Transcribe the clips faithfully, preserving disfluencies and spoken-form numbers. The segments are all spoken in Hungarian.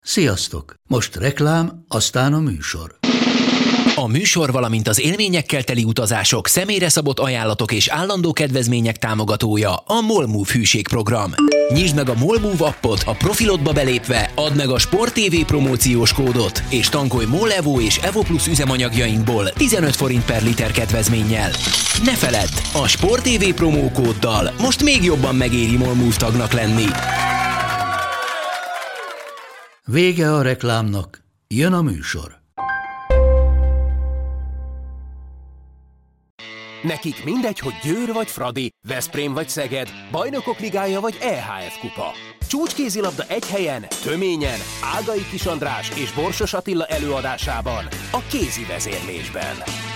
Sziasztok! Most reklám, aztán a műsor. A műsor, valamint az élményekkel teli utazások, személyre szabott ajánlatok és állandó kedvezmények támogatója a MOLMOVE hűségprogram. Nyisd meg a MOLMOVE appot, a profilodba belépve add meg a Sport té vé promóciós kódot, és tankolj MOL Evo és Evo Plus üzemanyagjainkból tizenöt forint per liter kedvezménnyel. Ne feledd, a Sport té vé promókóddal most még jobban megéri MOLMOVE tagnak lenni. Vége a reklámnak, jön a műsor. Nekik mindegy, hogy Győr vagy Fradi, Veszprém vagy Szeged, Bajnokok Ligája vagy é há ef kupa. Csúcskézilabda egy helyen, töményen, Ágai Kis András és Borsos Attila előadásában, a Kézi Vezérlésben.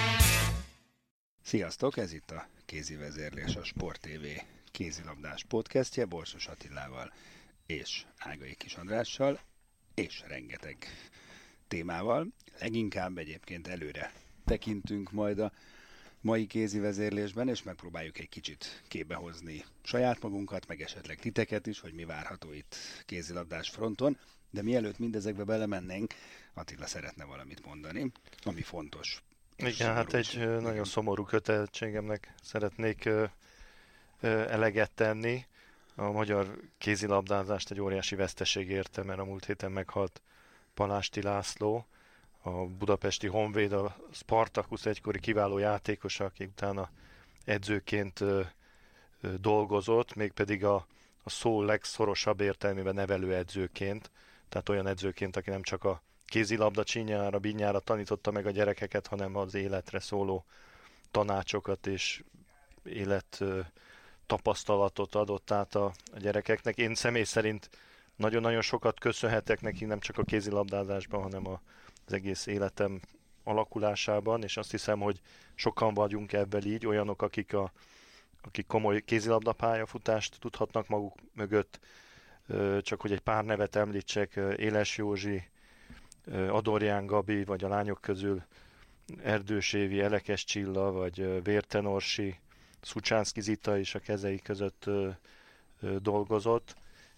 Sziasztok, ez itt a Kézi Vezérlés, a Sport té vé kézilabdás podcastje Borsos Attilával és Ágai Kis Andrással, és rengeteg témával. Leginkább egyébként előre tekintünk majd a mai kézi vezérlésben, és megpróbáljuk egy kicsit képbe hozni saját magunkat, meg esetleg titeket is, hogy mi várható itt kézilabdás fronton. De mielőtt mindezekbe belemennénk, Attila szeretne valamit mondani, ami fontos. Igen, hát egy ö, nagyon szomorú kötelességemnek szeretnék ö, ö, eleget tenni. A magyar kézilabdázást egy óriási veszteség érte, mert a múlt héten meghalt Palásti László, a budapesti Honvéd, a Spartacus egykori kiváló játékosa, aki utána edzőként ö, ö, dolgozott, mégpedig a, a szó legszorosabb értelmében nevelőedzőként, tehát olyan edzőként, aki nem csak a kézilabda csínyára, bínyára tanította meg a gyerekeket, hanem az életre szóló tanácsokat és élet ö, tapasztalatot adott át a, a gyerekeknek. Én személy szerint nagyon-nagyon sokat köszönhetek neki, nem csak a kézilabdázásban, hanem a az egész életem alakulásában, és azt hiszem, hogy sokan vagyunk ebből így, olyanok, akik, a, akik komoly kézilabda pályafutást tudhatnak maguk mögött, csak hogy egy pár nevet említsek, Éles Józsi, Adorján Gabi, vagy a lányok közül Erdős Évi, Elekes Csilla, vagy Vérten Orsi, Szucsánszky Zita is a kezei között dolgozott,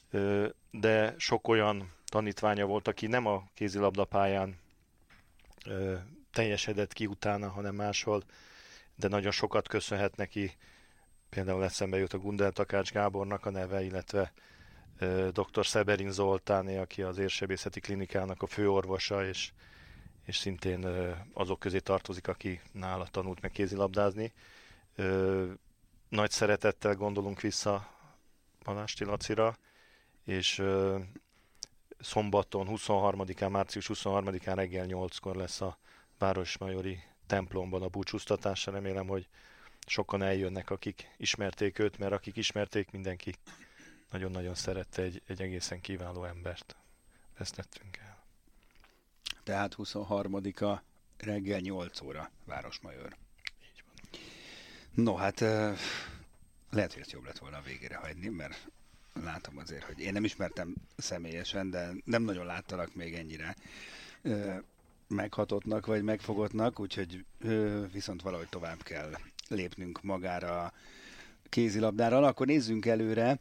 de sok olyan tanítványa volt, aki nem a kézilabda pályán ö, teljesedett ki utána, hanem máshol, de nagyon sokat köszönhet neki. Például eszembe jut a Gundel Takács Gábornak a neve, illetve ö, dr. Szeberin Zoltáné, aki az érsebészeti klinikának a főorvosa, és, és szintén ö, azok közé tartozik, aki nála tanult meg kézilabdázni. Ö, nagy szeretettel gondolunk vissza Palásti Lacira, és ö, szombaton, huszonharmadikán, március huszonharmadikán reggel nyolckor lesz a Városmajori templomban a búcsúztatása. Remélem, hogy sokan eljönnek, akik ismerték őt, mert akik ismerték, mindenki nagyon-nagyon szerette, egy, egy egészen kiváló embert vesztettünk el. Tehát huszonharmadika reggel nyolc óra Városmajor. Így van. No, hát lehet, hogy ezt jobb lett volna a végére hagyni, mert látom azért, hogy én nem ismertem személyesen, de nem nagyon láttalak még ennyire ö, meghatottnak vagy megfogottnak, úgyhogy ö, viszont valahogy tovább kell lépnünk magára a kézilabdára. Akkor nézzünk előre.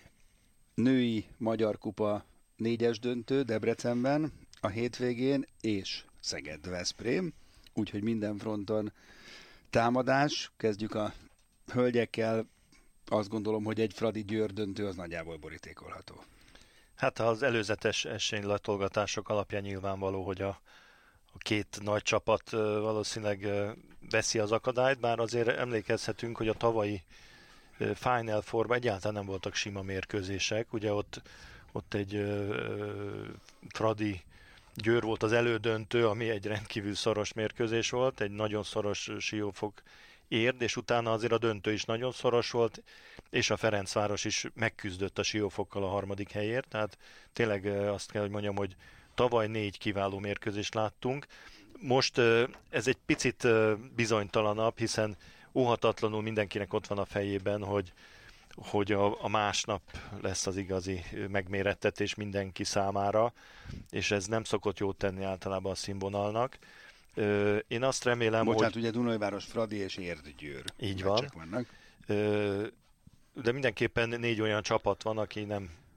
Női Magyar Kupa négyes döntő Debrecenben a hétvégén, és Szeged-Veszprém, úgyhogy minden fronton támadás. Kezdjük a hölgyekkel. Azt gondolom, hogy egy Fradi Győr döntő az nagyjából borítékolható. Hát az előzetes esélylatolgatások alapján nyilvánvaló, hogy a, a két nagy csapat valószínűleg veszi az akadályt, bár azért emlékezhetünk, hogy a tavalyi Final Four-ban egyáltalán nem voltak sima mérkőzések. Ugye ott, ott egy uh, Fradi Győr volt az elődöntő, ami egy rendkívül szoros mérkőzés volt, egy nagyon szoros Siófok Érd, és utána azért a döntő is nagyon szoros volt, és a Ferencváros is megküzdött a Siófokkal a harmadik helyért, tehát tényleg azt kell, hogy mondjam, hogy tavaly négy kiváló mérkőzést láttunk. Most ez egy picit bizonytalanabb, hiszen óhatatlanul mindenkinek ott van a fejében, hogy, hogy a, a másnap lesz az igazi megmérettetés mindenki számára, és ez nem szokott jót tenni általában a színvonalnak. Én azt remélem, Bocsánat, hogy... ugye Dunajváros, Fradi és Érd Győr. Így van. Vannak. De mindenképpen négy olyan csapat van, aki nem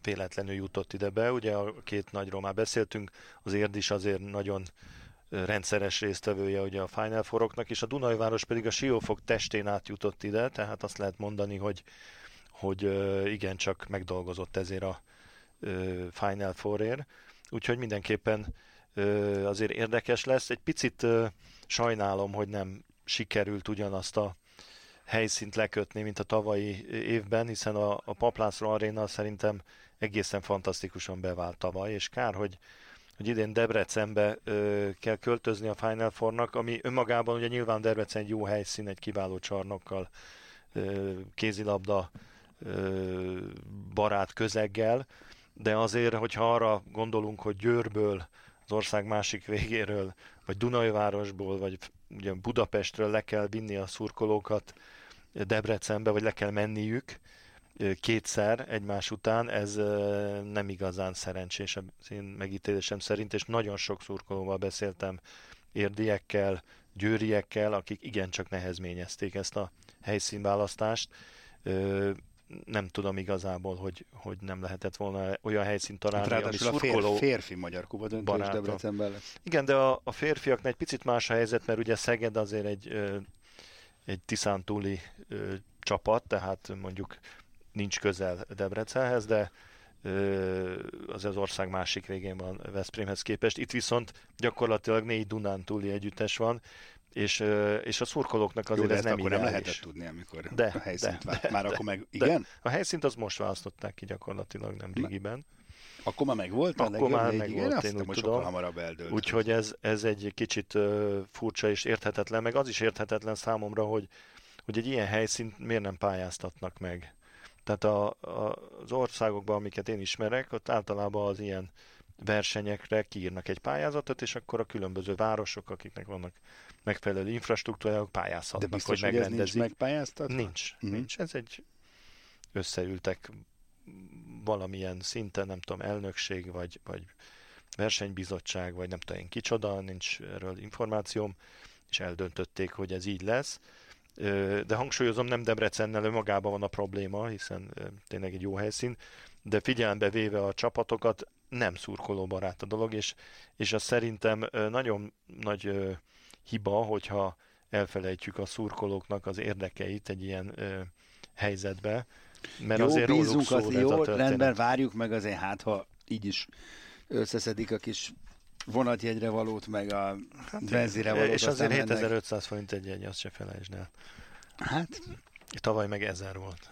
véletlenül jutott ide be. Ugye a két nagyról már beszéltünk, az Érd is azért nagyon rendszeres résztvevője ugye a Final Four-oknak, és a Dunajváros pedig a Siófok testén át jutott ide, tehát azt lehet mondani, hogy, hogy igencsak megdolgozott ezért a Final Four-ért. Úgyhogy mindenképpen azért érdekes lesz. Egy picit sajnálom, hogy nem sikerült ugyanazt a helyszínt lekötni, mint a tavalyi évben, hiszen a, a Paplászló Aréna szerintem egészen fantasztikusan bevált tavaly, és kár, hogy, hogy idén Debrecenbe ö, kell költözni a Final Four-nak, ami önmagában ugye nyilván Debrecen egy jó helyszín, egy kiváló csarnokkal, ö, kézilabda ö, barát közeggel, de azért, hogyha arra gondolunk, hogy Győrből, az ország másik végéről, vagy Dunajvárosból, vagy ugye Budapestről le kell vinni a szurkolókat Debrecenbe, vagy le kell menniük kétszer egymás után, ez nem igazán szerencsés az én megítélésem szerint, és nagyon sok szurkolóval beszéltem, érdiekkel, győriekkel, akik igencsak nehezményezték ezt a helyszínválasztást. Nem tudom igazából, hogy, hogy nem lehetett volna olyan helyszínt találni, hát ami szurkoló szurkoló... a férfi magyar kupa döntő is Debrecenben lesz. Igen, de a, a férfiaknál egy picit más a helyzet, mert ugye Szeged azért egy, ö, egy tiszántúli ö, csapat, tehát mondjuk nincs közel Debrecenhez, de ö, az az ország másik végén van Veszprémhez képest. Itt viszont gyakorlatilag négy dunántúli együttes van, és, és a szurkolóknak azért Jó, ez nem akkor ideális. nem lehetett tudni, amikor de, a helyszínt de, vár... de, Már de, akkor meg... de, Igen? A helyszínt azt most választották ki gyakorlatilag, nem régiben. Akkor már megvolt? Akkor már megvolt, én úgy tudom. tudom. Hamarabb eldőlt. Úgyhogy ez, ez egy kicsit uh, furcsa és érthetetlen, meg az is érthetetlen számomra, hogy, hogy egy ilyen helyszínt miért nem pályáztatnak meg. Tehát a, a, az országokban, amiket én ismerek, ott általában az ilyen versenyekre kiírnak egy pályázatot, és akkor a különböző városok, akiknek vannak megfelelő infrastruktúrájuk, pályázhatnak, de biztos, hogy megrendezik. Ez nincs megpályáztatva? Nincs, uh-huh. nincs. Ez egy összeültek valamilyen szinten, nem tudom, elnökség, vagy, vagy versenybizottság, vagy nem tudom én kicsoda, nincs erről információm, és eldöntötték, hogy ez így lesz. De hangsúlyozom, nem Debrecennel magában van a probléma, hiszen tényleg egy jó helyszín, de figyelembe véve a csapatokat, nem szurkolóbarát a dolog, és, és az szerintem nagyon nagy hiba, hogyha elfelejtjük a szurkolóknak az érdekeit egy ilyen helyzetbe, mert jó, azért róluk szól az, ez jó, a történet. rendben, várjuk meg azért, hát ha így is összeszedik a kis vonatjegyre valót, meg a hát benzire valót. És azért hétezer-ötszáz forint egy jegy, azt se felejtsd el. Hát... Tavaly meg ezer volt.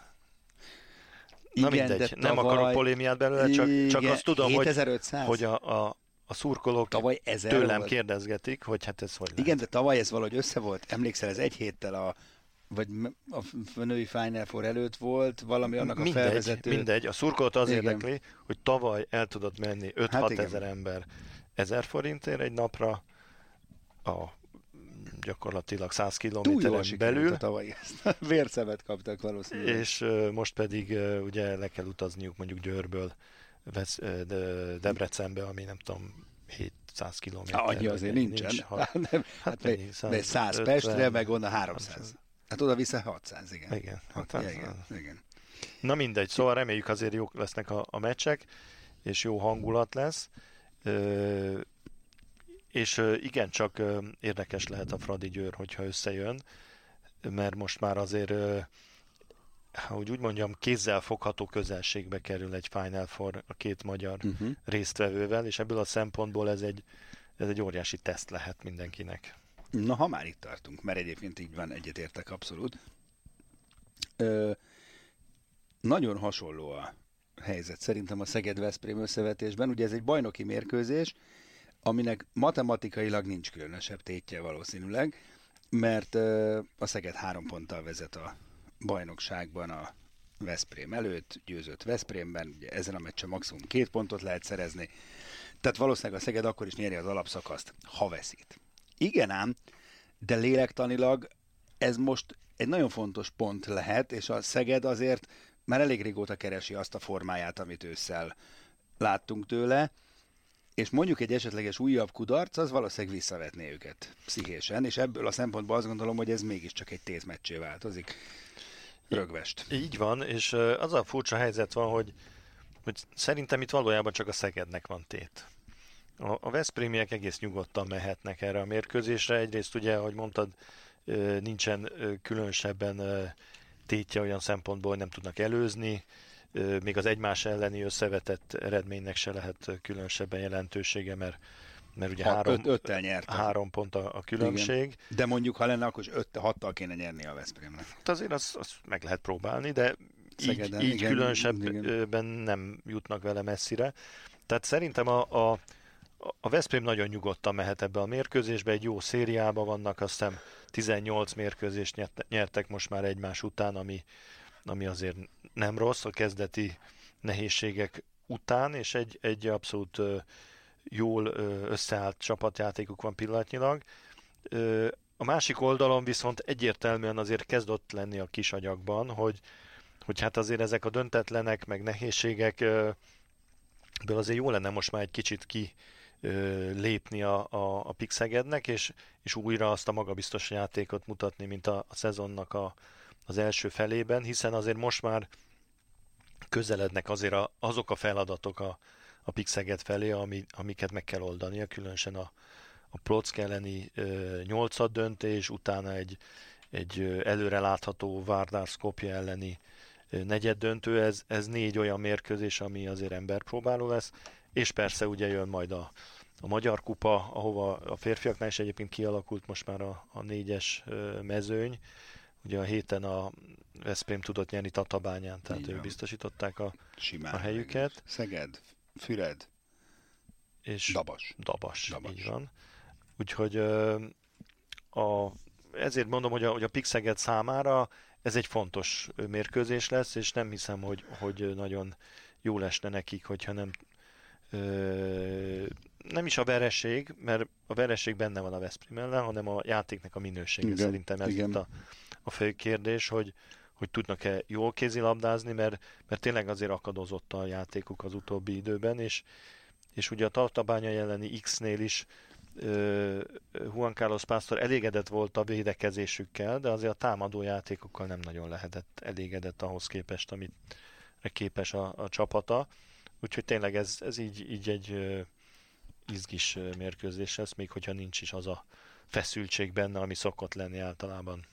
Igen, na mindegy, tavaly... nem akarok polémiát belőle, csak, igen, csak azt tudom, hétezer-ötszáz? hogy, hogy a, a, a szurkolók tőlem volt. Kérdezgetik, hogy hát ez hogy igen, lehet. De tavaly ez valahogy össze volt. Emlékszel, ez egy héttel a vagy a női Final Four előtt volt, valami annak a mindegy, felvezető... Mindegy, a szurkolót az igen. érdekli, hogy tavaly el tudott menni öt-hat hát ezer ember ezer forintért egy napra, a gyakorlatilag száz kilométeren belül. Tavaly ezt. Vércemet kaptak valószínűleg. És uh, most pedig uh, ugye le kell utazniuk mondjuk Győrből Vesz, uh, de Debrecenbe, ami nem tudom, hétszáz kilométer. Annyi azért nincsen. Nincs, ha, nem, hát mennyi, száz, száz Pestre, meg onnan háromszáz. Hát oda vissza hatszáz, igen. Igen, hat, hát, igen, igen. Na mindegy, szóval reméljük azért jók lesznek a, a meccsek, és jó hangulat lesz. Ö, és igen, csak érdekes lehet a Fradi Győr, hogyha összejön, mert most már azért, hogy úgy mondjam, kézzel fogható közelségbe kerül egy Final Four a két magyar uh-huh. résztvevővel, és ebből a szempontból ez egy, ez egy óriási teszt lehet mindenkinek. Na, ha már itt tartunk, mert egyébként így van, egyetértek abszolút. Ö, nagyon hasonló a helyzet szerintem a Szeged-Veszprém összevetésben. Ugye ez egy bajnoki mérkőzés, aminek matematikailag nincs különösebb tétje valószínűleg, mert ö, a Szeged három ponttal vezet a bajnokságban a Veszprém előtt, győzött Veszprémben, ugye ezen a meccsen maximum két pontot lehet szerezni, tehát valószínűleg a Szeged akkor is nyeri az alapszakaszt, ha veszít. Igen ám, de lélektanilag ez most egy nagyon fontos pont lehet, és a Szeged azért már elég régóta keresi azt a formáját, amit ősszel láttunk tőle, és mondjuk egy esetleges újabb kudarc, az valószínűleg visszavetné őket pszichésen, és ebből a szempontból azt gondolom, hogy ez mégiscsak egy tétmeccsé változik. Rögvest. Így van, és az a furcsa helyzet van, hogy hogy szerintem itt valójában csak a Szegednek van tét. A, a veszprémiek egész nyugodtan mehetnek erre a mérkőzésre. Egyrészt ugye, ahogy mondtad, nincsen különösebben tétje olyan szempontból, hogy nem tudnak előzni, még az egymás elleni összevetett eredménynek se lehet különösebben jelentősége, mert, mert ugye hat, három, öt, három pont a, a különbség. Igen. De mondjuk, ha lenne, akkor öt, hattal kéne nyerni a Veszprémnek. Hát azért azt az meg lehet próbálni, de Szegeden, így, így igen, különösebben igen. nem jutnak vele messzire. Tehát szerintem a, a, a Veszprém nagyon nyugodtan mehet ebbe a mérkőzésbe, egy jó szériában vannak, aztán tizennyolc mérkőzést nyertek most már egymás után, ami, ami azért nem rossz a kezdeti nehézségek után, és egy, egy abszolút jól összeállt csapatjátékuk van pillanatnyilag. A másik oldalon viszont egyértelműen azért kezd ott lenni a kis agyakban, hogy, hogy hát azért ezek a döntetlenek, meg nehézségekből azért jó lenne most már egy kicsit ki lépni a, a, a Pixegednek, és, és újra azt a magabiztos játékot mutatni, mint a, a szezonnak a, az első felében, hiszen azért most már közelednek azért a, azok a feladatok a, a Pixeged felé, ami, amiket meg kell oldania, különösen a, a Plock elleni nyolcad döntés, utána egy, egy előrelátható Vardar Skopje elleni negyed döntő, ez, ez négy olyan mérkőzés, ami azért emberpróbáló lesz, és persze ugye jön majd a, a Magyar Kupa, ahova a férfiaknál is egyébként kialakult most már a, a négyes mezőny. Ugye a héten a Veszprém tudott nyerni Tatabányán, tehát ők biztosították a, a helyüket. Szeged, Füred és Dabas. Dabas. Dabas, így van. Úgyhogy a, ezért mondom, hogy a, hogy a Pixeged számára ez egy fontos mérkőzés lesz, és nem hiszem, hogy, hogy nagyon jó lesne nekik, hogyha nem Ö, nem is a vereség, mert a vereség benne van a Veszprém ellen, hanem a játéknak a minősége. Igen, szerintem ez igen. Itt a, a fő kérdés, hogy, hogy tudnak-e jól kézilabdázni, mert, mert tényleg azért akadozott a játékuk az utóbbi időben, és, és ugye a Tatabánya elleni X-nél is uh, Juan Carlos Pásztor elégedett volt a védekezésükkel, de azért a támadó játékokkal nem nagyon lehetett elégedett ahhoz képest, amit képes a, a csapata. Úgyhogy tényleg ez, ez így, így egy uh, izgis uh, mérkőzés lesz, még hogyha nincs is az a feszültség benne, ami szokott lenni általában.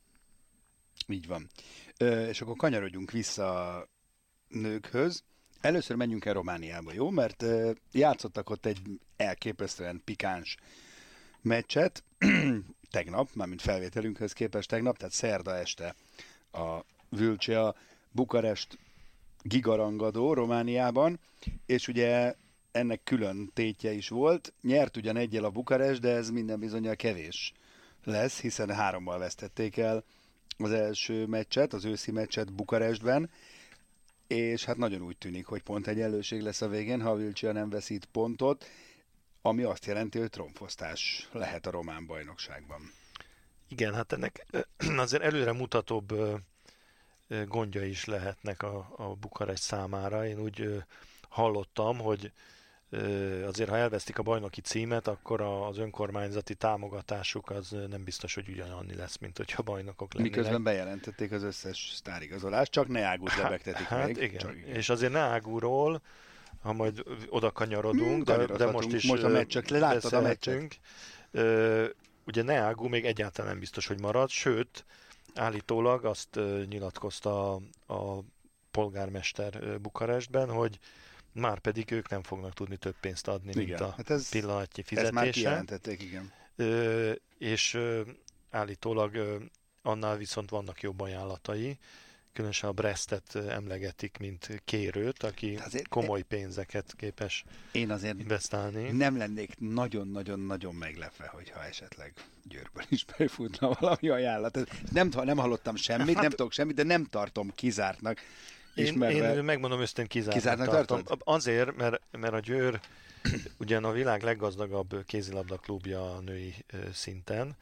Így van. Ö, és akkor kanyarodjunk vissza a nőkhöz. Először menjünk el Romániába, jó? Mert ö, játszottak ott egy elképesztően pikáns meccset, tegnap, mármint felvételünkhöz képest tegnap, tehát szerda este a Vülcea Bukarest gigarangadó Romániában, és ugye ennek külön tétje is volt. Nyert ugyan egyel a Bukarest, de ez minden bizonnyal kevés lesz, hiszen hárommal vesztették el az első meccset, az őszi meccset Bukarestben, és hát nagyon úgy tűnik, hogy pont egyenlőség lesz a végén, ha a Vülcea nem veszít pontot, ami azt jelenti, hogy tromfosztás lehet a román bajnokságban. Igen, hát ennek azért előre mutatóbb gondja is lehetnek a, a Bukarest számára. Én úgy ö, hallottam, hogy ö, azért ha elvesztik a bajnoki címet, akkor az önkormányzati támogatásuk az nem biztos, hogy ugyanannyi lesz, mint hogyha bajnokok lennének. Miközben bejelentették az összes sztárigazolást, csak Neágut lebegtetik hát, még. Igen. Csak igen. És azért Neágúról, ha majd oda kanyarodunk, hmm, de, de most is most a meccsek, láttad a meccset. Ö, ugye Neágú még egyáltalán nem biztos, hogy marad, sőt, állítólag azt uh, nyilatkozta a, a polgármester Bukarestben, hogy már pedig ők nem fognak tudni több pénzt adni, igen, mint a hát ez, pillanatnyi fizetése. Ez már kijelentették, igen. Uh, és uh, állítólag uh, annál viszont vannak jobb ajánlatai, különösen a Brestet emlegetik, mint kérőt, aki komoly pénzeket képes én azért investálni. Nem lennék nagyon-nagyon-nagyon meglepve, hogyha esetleg Győrből is befutna valami ajánlat. Nem, nem hallottam semmit, hát, nem tudok semmit, de nem tartom kizártnak. Én, én megmondom őszintén kizártnak, kizártnak tartom. Tartod? Azért, mert, mert a Győr ugyan a világ leggazdagabb kézilabda klubja a női szinten,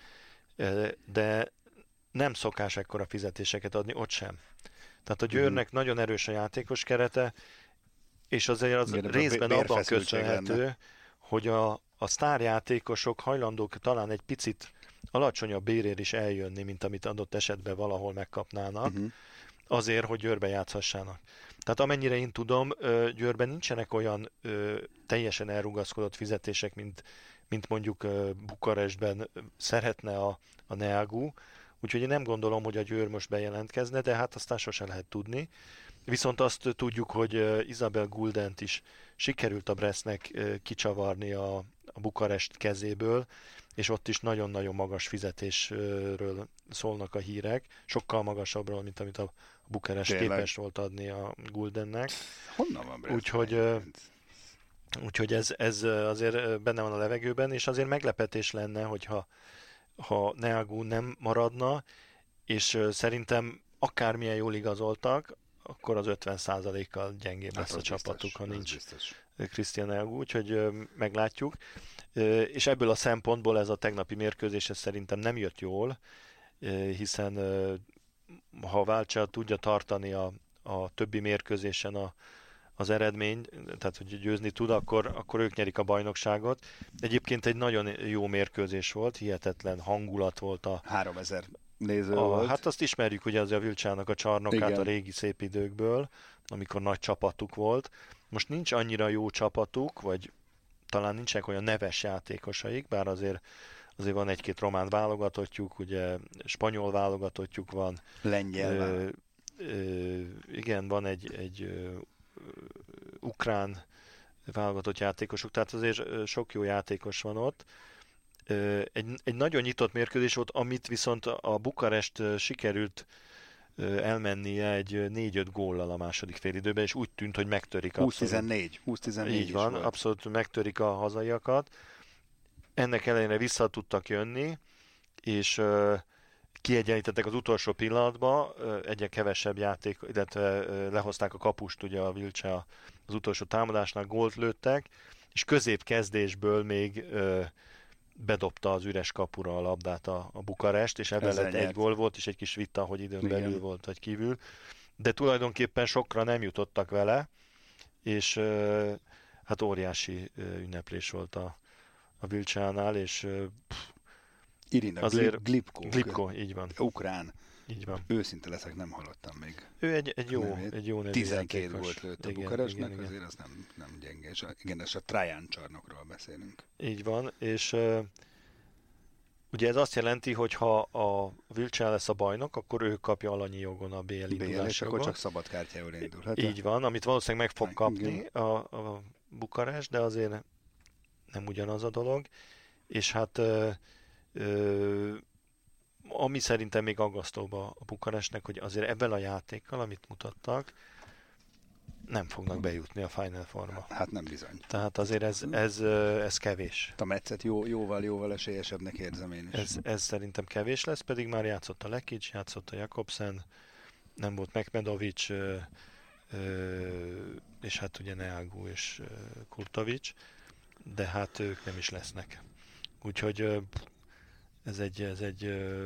de nem szokás ekkora fizetéseket adni, ott sem. Tehát a Győrnek mm. nagyon erős a játékos kerete, és azért az igen, részben abban köszönhető, lenne. Hogy a, a sztárjátékosok hajlandók talán egy picit alacsonyabb bérér is eljönni, mint amit adott esetben valahol megkapnának, mm-hmm. azért, hogy Győrbe játszhassanak. Tehát amennyire én tudom, Győrben nincsenek olyan teljesen elrugaszkodott fizetések, mint, mint mondjuk Bukarestben szeretne a, a Neagu, úgyhogy én nem gondolom, hogy a Győr most bejelentkezne, de hát aztán sose lehet tudni. Viszont azt tudjuk, hogy Isabel Guldent is sikerült a Bresznek kicsavarni a, a Bukarest kezéből, és ott is nagyon-nagyon magas fizetésről szólnak a hírek, sokkal magasabbról, mint amit a Bukarest Tényleg? képes volt adni a Guldennek. Honnan van Brest? Úgyhogy, úgyhogy ez, ez azért benne van a levegőben, és azért meglepetés lenne, hogyha ha Neagu nem maradna, és szerintem akármilyen jól igazoltak, akkor az ötven százalékkal gyengébb lesz hát a csapatuk, biztos, ha nincs Christian Neagu, úgyhogy meglátjuk. És ebből a szempontból ez a tegnapi mérkőzés ez szerintem nem jött jól, hiszen ha Válcsel tudja tartani a, a többi mérkőzésen a, az eredmény, tehát hogy győzni tud, akkor, akkor ők nyerik a bajnokságot. Egyébként egy nagyon jó mérkőzés volt, hihetetlen hangulat volt a... háromezer néző a, volt. Hát azt ismerjük ugye az a Vilcsának a csarnokát Igen. a régi szép időkből, amikor nagy csapatuk volt. Most nincs annyira jó csapatuk, vagy talán nincsenek olyan neves játékosaik, bár azért, azért van egy-két román válogatottjuk, ugye spanyol válogatottjuk van. Lengyel ö, ö, Igen, van egy, egy ö, ukrán válogatott játékosuk, tehát azért sok jó játékos van ott. Egy, egy nagyon nyitott mérkőzés volt, amit viszont a Bukarest sikerült elmennie egy négy-öt góllal a második félidőben, és úgy tűnt, hogy megtörik. húsz tizennégy. Így van, volt. Abszolút megtörik a hazaiakat. Ennek ellenére vissza tudtak jönni, és kiegyenlítettek az utolsó pillanatban, egyre kevesebb játék, illetve lehozták a kapust, ugye a Vilcsa az utolsó támadásnál gólt lőttek, és középkezdésből még bedobta az üres kapura a labdát a, a Bukarest, és ebben lett egy gól volt, és egy kis vita, hogy időn Igen. belül volt, vagy kívül. De tulajdonképpen sokra nem jutottak vele, és hát óriási ünneplés volt a, a Vilcsánál, és pff, Irina azért Glipko. Glipko, így van. Ukrán. Így van. Őszinte leszek, nem hallottam még. Ő egy, egy jó, nevét. egy jó nevű tizenkét volt lőtt a Bukarestnek, igen, azért az nem, nem gyenge. És a, igen, és a Trajan csarnokról beszélünk. Így van, és uh, ugye ez azt jelenti, hogy ha a Vilcsa lesz a bajnok, akkor ő kapja alanyi jogon a bé el indulás és akkor csak szabad kártyájól indulhat. Így van, amit valószínűleg meg fog kapni a, a Bukarest, de azért nem ugyanaz a dolog. És hát uh, uh, ami szerintem még aggasztóbb a Bukarestnek, hogy azért ebben a játékkal, amit mutattak, nem fognak bejutni a Final Fourba. Hát nem bizony. Tehát azért ez, ez, ez kevés. A meccet jó, jóval, jóval esélyesebbnek érzem én is. Ez, ez szerintem kevés lesz, pedig már játszott a Lekic, játszott a Jakobsen, nem volt Mekmedovics, és hát ugye Neagu és Kurtovics, de hát ők nem is lesznek. Úgyhogy ez egy, ez egy,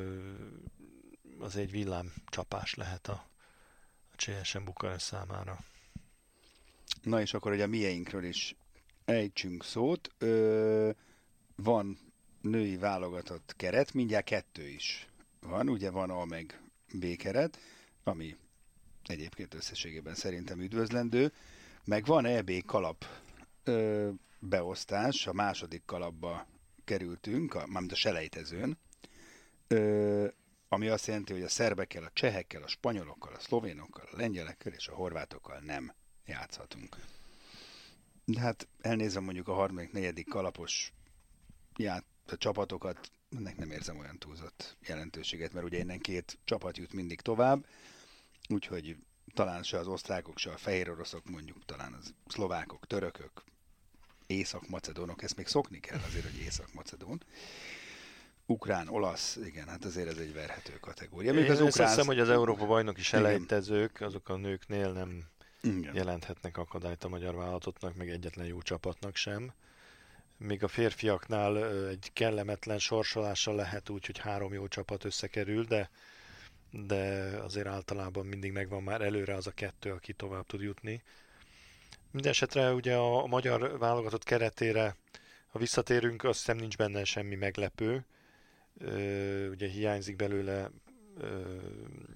az egy villámcsapás lehet a, a cé es em Bukarest számára. Na és akkor, hogy a mieinkről is ejtsünk szót. Ö, van női válogatott keret, mindjárt kettő is van, ugye van A meg B keret, ami egyébként összességében szerintem üdvözlendő, meg van é bé kalap ö, beosztás, a második kalapba kerültünk, a, mármint a selejtezőn, ö, ami azt jelenti, hogy a szerbekkel, a csehekkel, a spanyolokkal, a szlovénokkal, a lengyelekkel és a horvátokkal nem játszhatunk. De hát elnézem mondjuk a harmadik, negyedik kalapos ját, a csapatokat, ennek nem érzem olyan túlzott jelentőséget, mert ugye innen két csapat jut mindig tovább, úgyhogy talán se az osztrákok, se a fehér oroszok, mondjuk talán az szlovákok, törökök, észak-macedónok, ezt még szokni kell azért, hogy észak-macedón. Ukrán, olasz, igen, hát azért ez egy verhető kategória. Még az ukrán... Azt hiszem, hogy az Európa-bajnoki selejtezők, azok a nőknél nem igen. jelenthetnek akadályt a magyar válogatottnak, meg egyetlen jó csapatnak sem. Még a férfiaknál egy kellemetlen sorsolása lehet úgy, hogy három jó csapat összekerül, de, de azért általában mindig megvan már előre az a kettő, aki tovább tud jutni. Mindenesetre ugye a, a magyar válogatott keretére, ha visszatérünk, azt hiszem nincs benne semmi meglepő. Ö, ugye hiányzik belőle ö,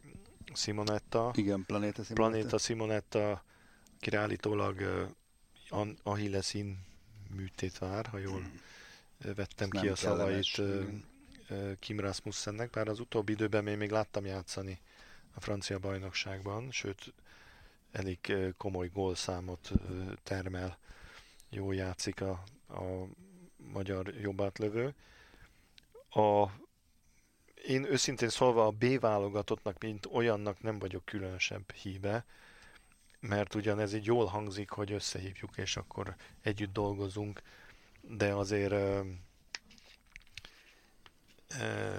Simonetta. Igen, Planéta Simonetta. Planéta Simonetta, akire állítólag uh, Achillesin műtét vár, ha jól mm. vettem Ez ki a szavait uh, Kim Rasmussennek, bár az utóbbi időben még, még láttam játszani a francia bajnokságban, sőt elég uh, komoly gólszámot uh, termel, jól játszik a, a magyar jobbátlövő. A Én őszintén szólva a B válogatottnak, mint olyannak nem vagyok különösebb híve, mert ugyan ez így jól hangzik, hogy összehívjuk, és akkor együtt dolgozunk, de azért ö, ö,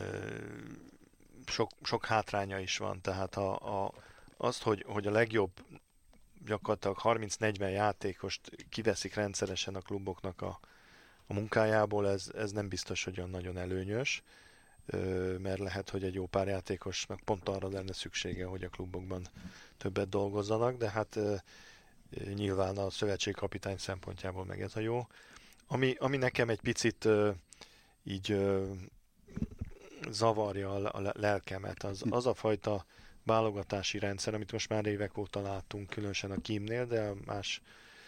sok, sok hátránya is van. Tehát a, a, azt, hogy, hogy a legjobb gyakorlatilag harminc-negyven játékost kiveszik rendszeresen a kluboknak a, a munkájából, ez, ez nem biztos, hogy olyan nagyon előnyös, mert lehet, hogy egy jó pár játékosnak pont arra lenne szüksége, hogy a klubokban többet dolgozzanak, de hát nyilván a szövetségkapitány szempontjából meg ez a jó. Ami, ami nekem egy picit így zavarja a lelkemet, az, az a fajta válogatási rendszer, amit most már évek óta látunk, különösen a Kimnél, de a más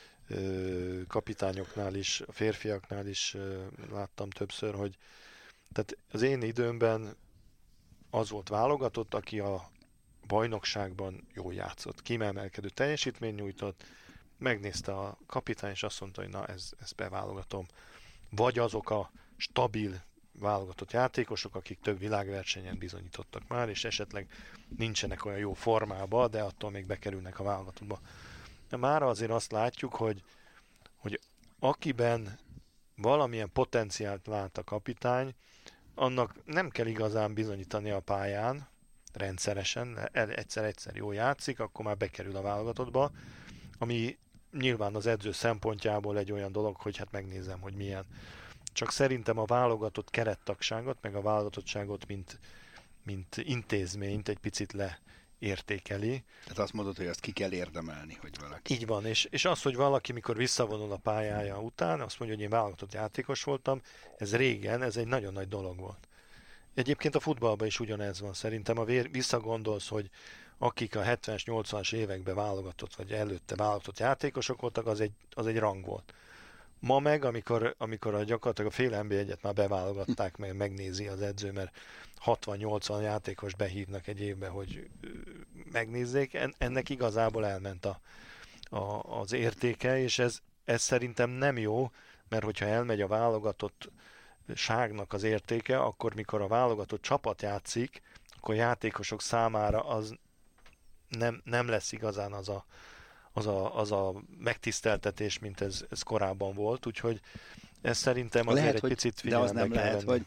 kapitányoknál is, a férfiaknál is láttam többször, hogy tehát az én időmben az volt válogatott, aki a bajnokságban jól játszott, kiemelkedő teljesítmény nyújtott, megnézte a kapitány, és azt mondta, hogy na, ez, ezt beválogatom. Vagy azok a stabil válogatott játékosok, akik több világversenyen bizonyítottak már, és esetleg nincsenek olyan jó formában, de attól még bekerülnek a válogatottba. De már azért azt látjuk, hogy, hogy akiben valamilyen potenciált lát a kapitány, annak nem kell igazán bizonyítani a pályán, rendszeresen, egyszer-egyszer jól játszik, akkor már bekerül a válogatottba, ami nyilván az edző szempontjából egy olyan dolog, hogy hát megnézem, hogy milyen. Csak szerintem a válogatott kerettagságot, meg a válogatottságot, mint, mint intézményt egy picit leértékeli. Tehát azt mondod, hogy azt ki kell érdemelni, hogy valaki. Így van, és, és az, hogy valaki, mikor visszavonul a pályája után, azt mondja, hogy én válogatott játékos voltam, ez régen, ez egy nagyon nagy dolog volt. Egyébként a futballban is ugyanez van. Szerintem, ha visszagondolsz, hogy akik a hetvenes, nyolcvanas években válogatott, vagy előtte válogatott játékosok voltak, az egy, az egy rang volt. Ma meg, amikor, amikor a gyakorlatilag a fél en bé egyet már beválogatták, meg megnézi az edző, mert hatvan-nyolcvan játékos behívnak egy évbe, hogy megnézzék, ennek igazából elment a, a, az értéke, és ez, ez szerintem nem jó, mert hogyha elmegy a válogatott ságnak az értéke, akkor mikor a válogatott csapat játszik, akkor a játékosok számára az nem, nem lesz igazán az a, az a, az a megtiszteltetés, mint ez, ez korábban volt, úgyhogy ez szerintem azért lehet, egy hogy, picit figyelembe kell venni. De az nem lehet,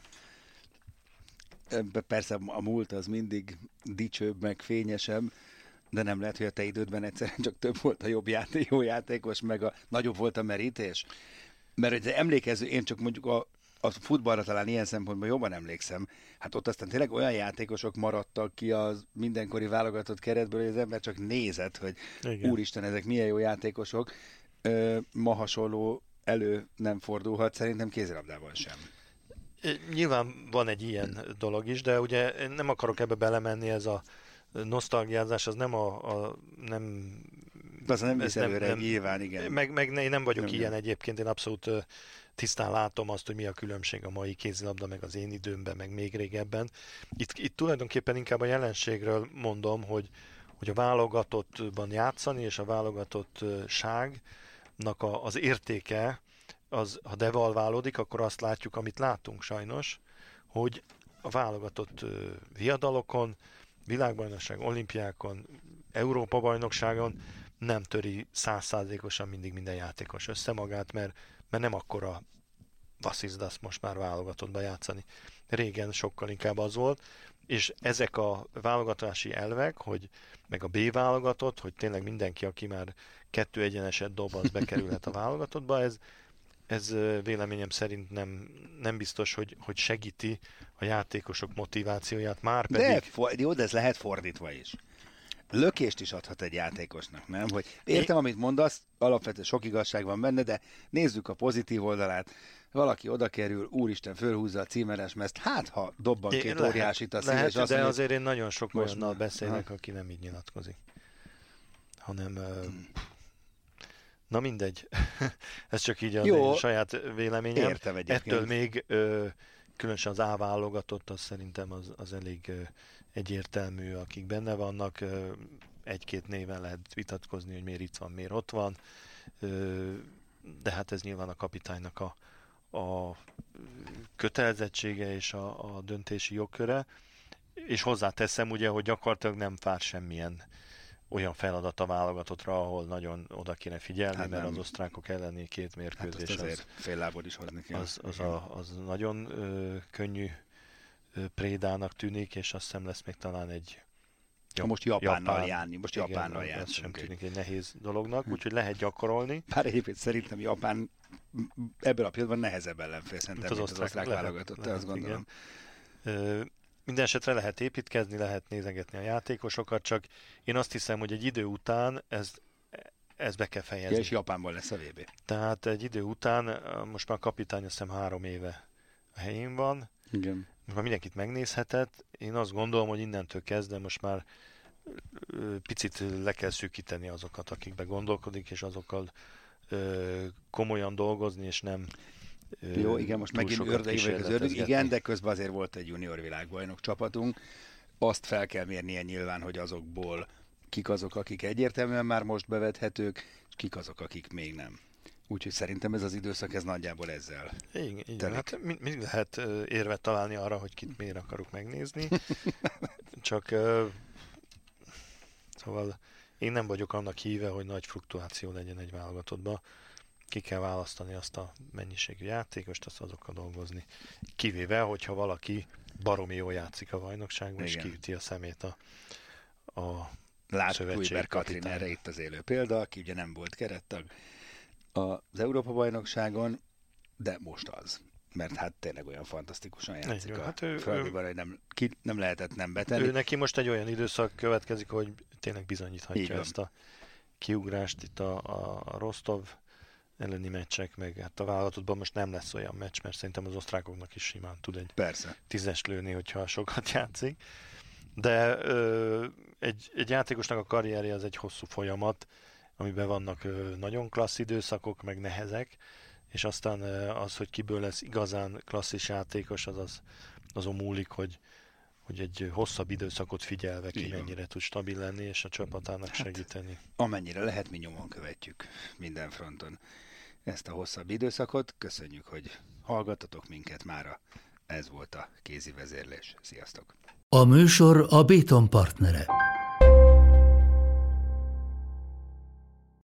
venni. hogy persze a múlt az mindig dicsőbb, meg fényesebb, de nem lehet, hogy a te idődben egyszerűen csak több volt a jobb játék, jó játékos, meg a nagyobb volt a merítés. Mert hogy emlékező, én csak mondjuk a a futballra talán ilyen szempontból jobban emlékszem. Hát ott aztán tényleg olyan játékosok maradtak ki az mindenkori válogatott keretből, hogy az ember csak nézett, hogy igen, úristen, ezek milyen jó játékosok. Ö, ma hasonló elő nem fordulhat, szerintem kézilabdában sem. Nyilván van egy ilyen dolog is, de ugye nem akarok ebbe belemenni, ez a nosztalgiázás, az nem a... a nem, az nem visz előre, nem, nyilván, igen. Meg, meg én nem vagyok nem, ilyen nem. Egyébként, én abszolút tisztán látom azt, hogy mi a különbség a mai kézilabda, meg az én időmben, meg még régebben. Itt, itt tulajdonképpen inkább a jelenségről mondom, hogy, hogy a válogatottban játszani, és a válogatottságnak a, az értéke, az, ha devalválódik, akkor azt látjuk, amit látunk sajnos, hogy a válogatott viadalokon, világbajnokság, olimpiákon, Európa-bajnokságon nem töri száz százalékosan mindig minden játékos össze magát, mert, mert nem akkora vasszizdasz most már válogatottba játszani. Régen sokkal inkább az volt, és ezek a válogatási elvek, hogy meg a B válogatott, hogy tényleg mindenki, aki már kettő egyeneset dob, az bekerülhet a válogatottba, ez, ez véleményem szerint nem, nem biztos, hogy, hogy segíti a játékosok motivációját, már pedig... De, for, jó, de ez lehet fordítva is. Lökést is adhat egy játékosnak, nem? Hogy értem, amit mondasz, alapvetően sok igazság van benne, de nézzük a pozitív oldalát. valaki oda kerül, úristen, fölhúzza a címeres mezt, hát ha dobban két lehet, óriásit a szív, lehet, és azt de mondja, azért én nagyon sok olyannal már, beszélek, ha? aki nem így nyilatkozik. Hanem... Hmm. Na mindegy. Ez csak így az Jó, én saját véleményem. értem egyébként. Ettől még ö, különösen az A válogatott, az szerintem az, az elég ö, egyértelmű, akik benne vannak. Ö, egy-két néven lehet vitatkozni, hogy miért itt van, miért ott van. Ö, de hát ez nyilván a kapitánynak a, a kötelezettsége és a, a döntési jogköre. És hozzáteszem ugye, hogy gyakorlatilag nem vár semmilyen olyan feladat a válogatottra, ahol nagyon oda kéne figyelni, hát mert nem. Az osztrákok elleni két mérkőzés hát az, az, fél lábon is hozni kell. Az, az, a, az nagyon ö, könnyű ö, prédának tűnik, és azt hiszem lesz még talán egy ja, most Japánnal Japán, járni, most igen, Japánnal az játszunk. sem tűnik egy nehéz dolognak, úgyhogy lehet gyakorolni. Bár egyébként szerintem Japán ebből a pillanatban nehezebb ellenfél szerintem, az mint az osztrák lehet, válogatott, lehet, azt gondolom. Ö, minden esetre lehet építkezni, lehet nézegetni a játékosokat, csak én azt hiszem, hogy egy idő után ez, ez be kell fejezni. Ja, és Japánban lesz a vé bé. Tehát egy idő után, most már a kapitány azt hiszem három éve a helyén van, igen. Most már mindenkit megnézhetett. Én azt gondolom, hogy innentől kezdve most már picit le kell szűkíteni azokat, akikbe gondolkodik, és azokkal ö, komolyan dolgozni, és nem ö, jó, igen, most megint ördögi vagyok az ördög, igen, de közben azért volt egy junior világbajnok csapatunk. Azt fel kell mérnie nyilván, hogy azokból kik azok, akik egyértelműen már most bevethetők, és kik azok, akik még nem. Úgyhogy szerintem ez az időszak, ez nagyjából ezzel. Igen, igen. Hát mi, mi lehet érvet találni arra, hogy kit miért akarok megnézni. Csak uh, szóval én nem vagyok annak híve, hogy nagy fluktuáció legyen egy válogatottban. Ki kell választani azt a mennyiségű játékost, azt azokkal dolgozni. Kivéve, hogyha valaki baromi jól játszik a bajnokságban, igen, és kiüti a szemét a, a Lát Kujber Katrin erre itt az élő példa, aki ugye nem volt kerettag az Európa-bajnokságon, de most az. Mert hát tényleg olyan fantasztikusan játszik jó, a hát ő, Fradiban, hogy nem, ki, nem lehetett nem betenni. Ő neki most egy olyan időszak következik, hogy tényleg bizonyíthatja ezt a kiugrást itt a, a Rostov elleni meccsek, meg hát a válogatottban most nem lesz olyan meccs, mert szerintem az osztrákoknak is simán tud egy Persze. tízes lőni, hogyha sokat játszik. De ö, egy, egy játékosnak a karrierje az egy hosszú folyamat, amiben vannak ö, nagyon klassz időszakok, meg nehezek, és aztán ö, az, hogy kiből lesz igazán klasszis játékos, az az, azon múlik, hogy, hogy egy hosszabb időszakot figyelve ki igen, mennyire tud stabil lenni, és a csapatának hát, segíteni. Amennyire lehet, mi nyomon követjük minden fronton ezt a hosszabb időszakot. Köszönjük, hogy hallgattatok minket mára. Ez volt a Kézi Vezérlés. Sziasztok! A műsor a Béton partnere.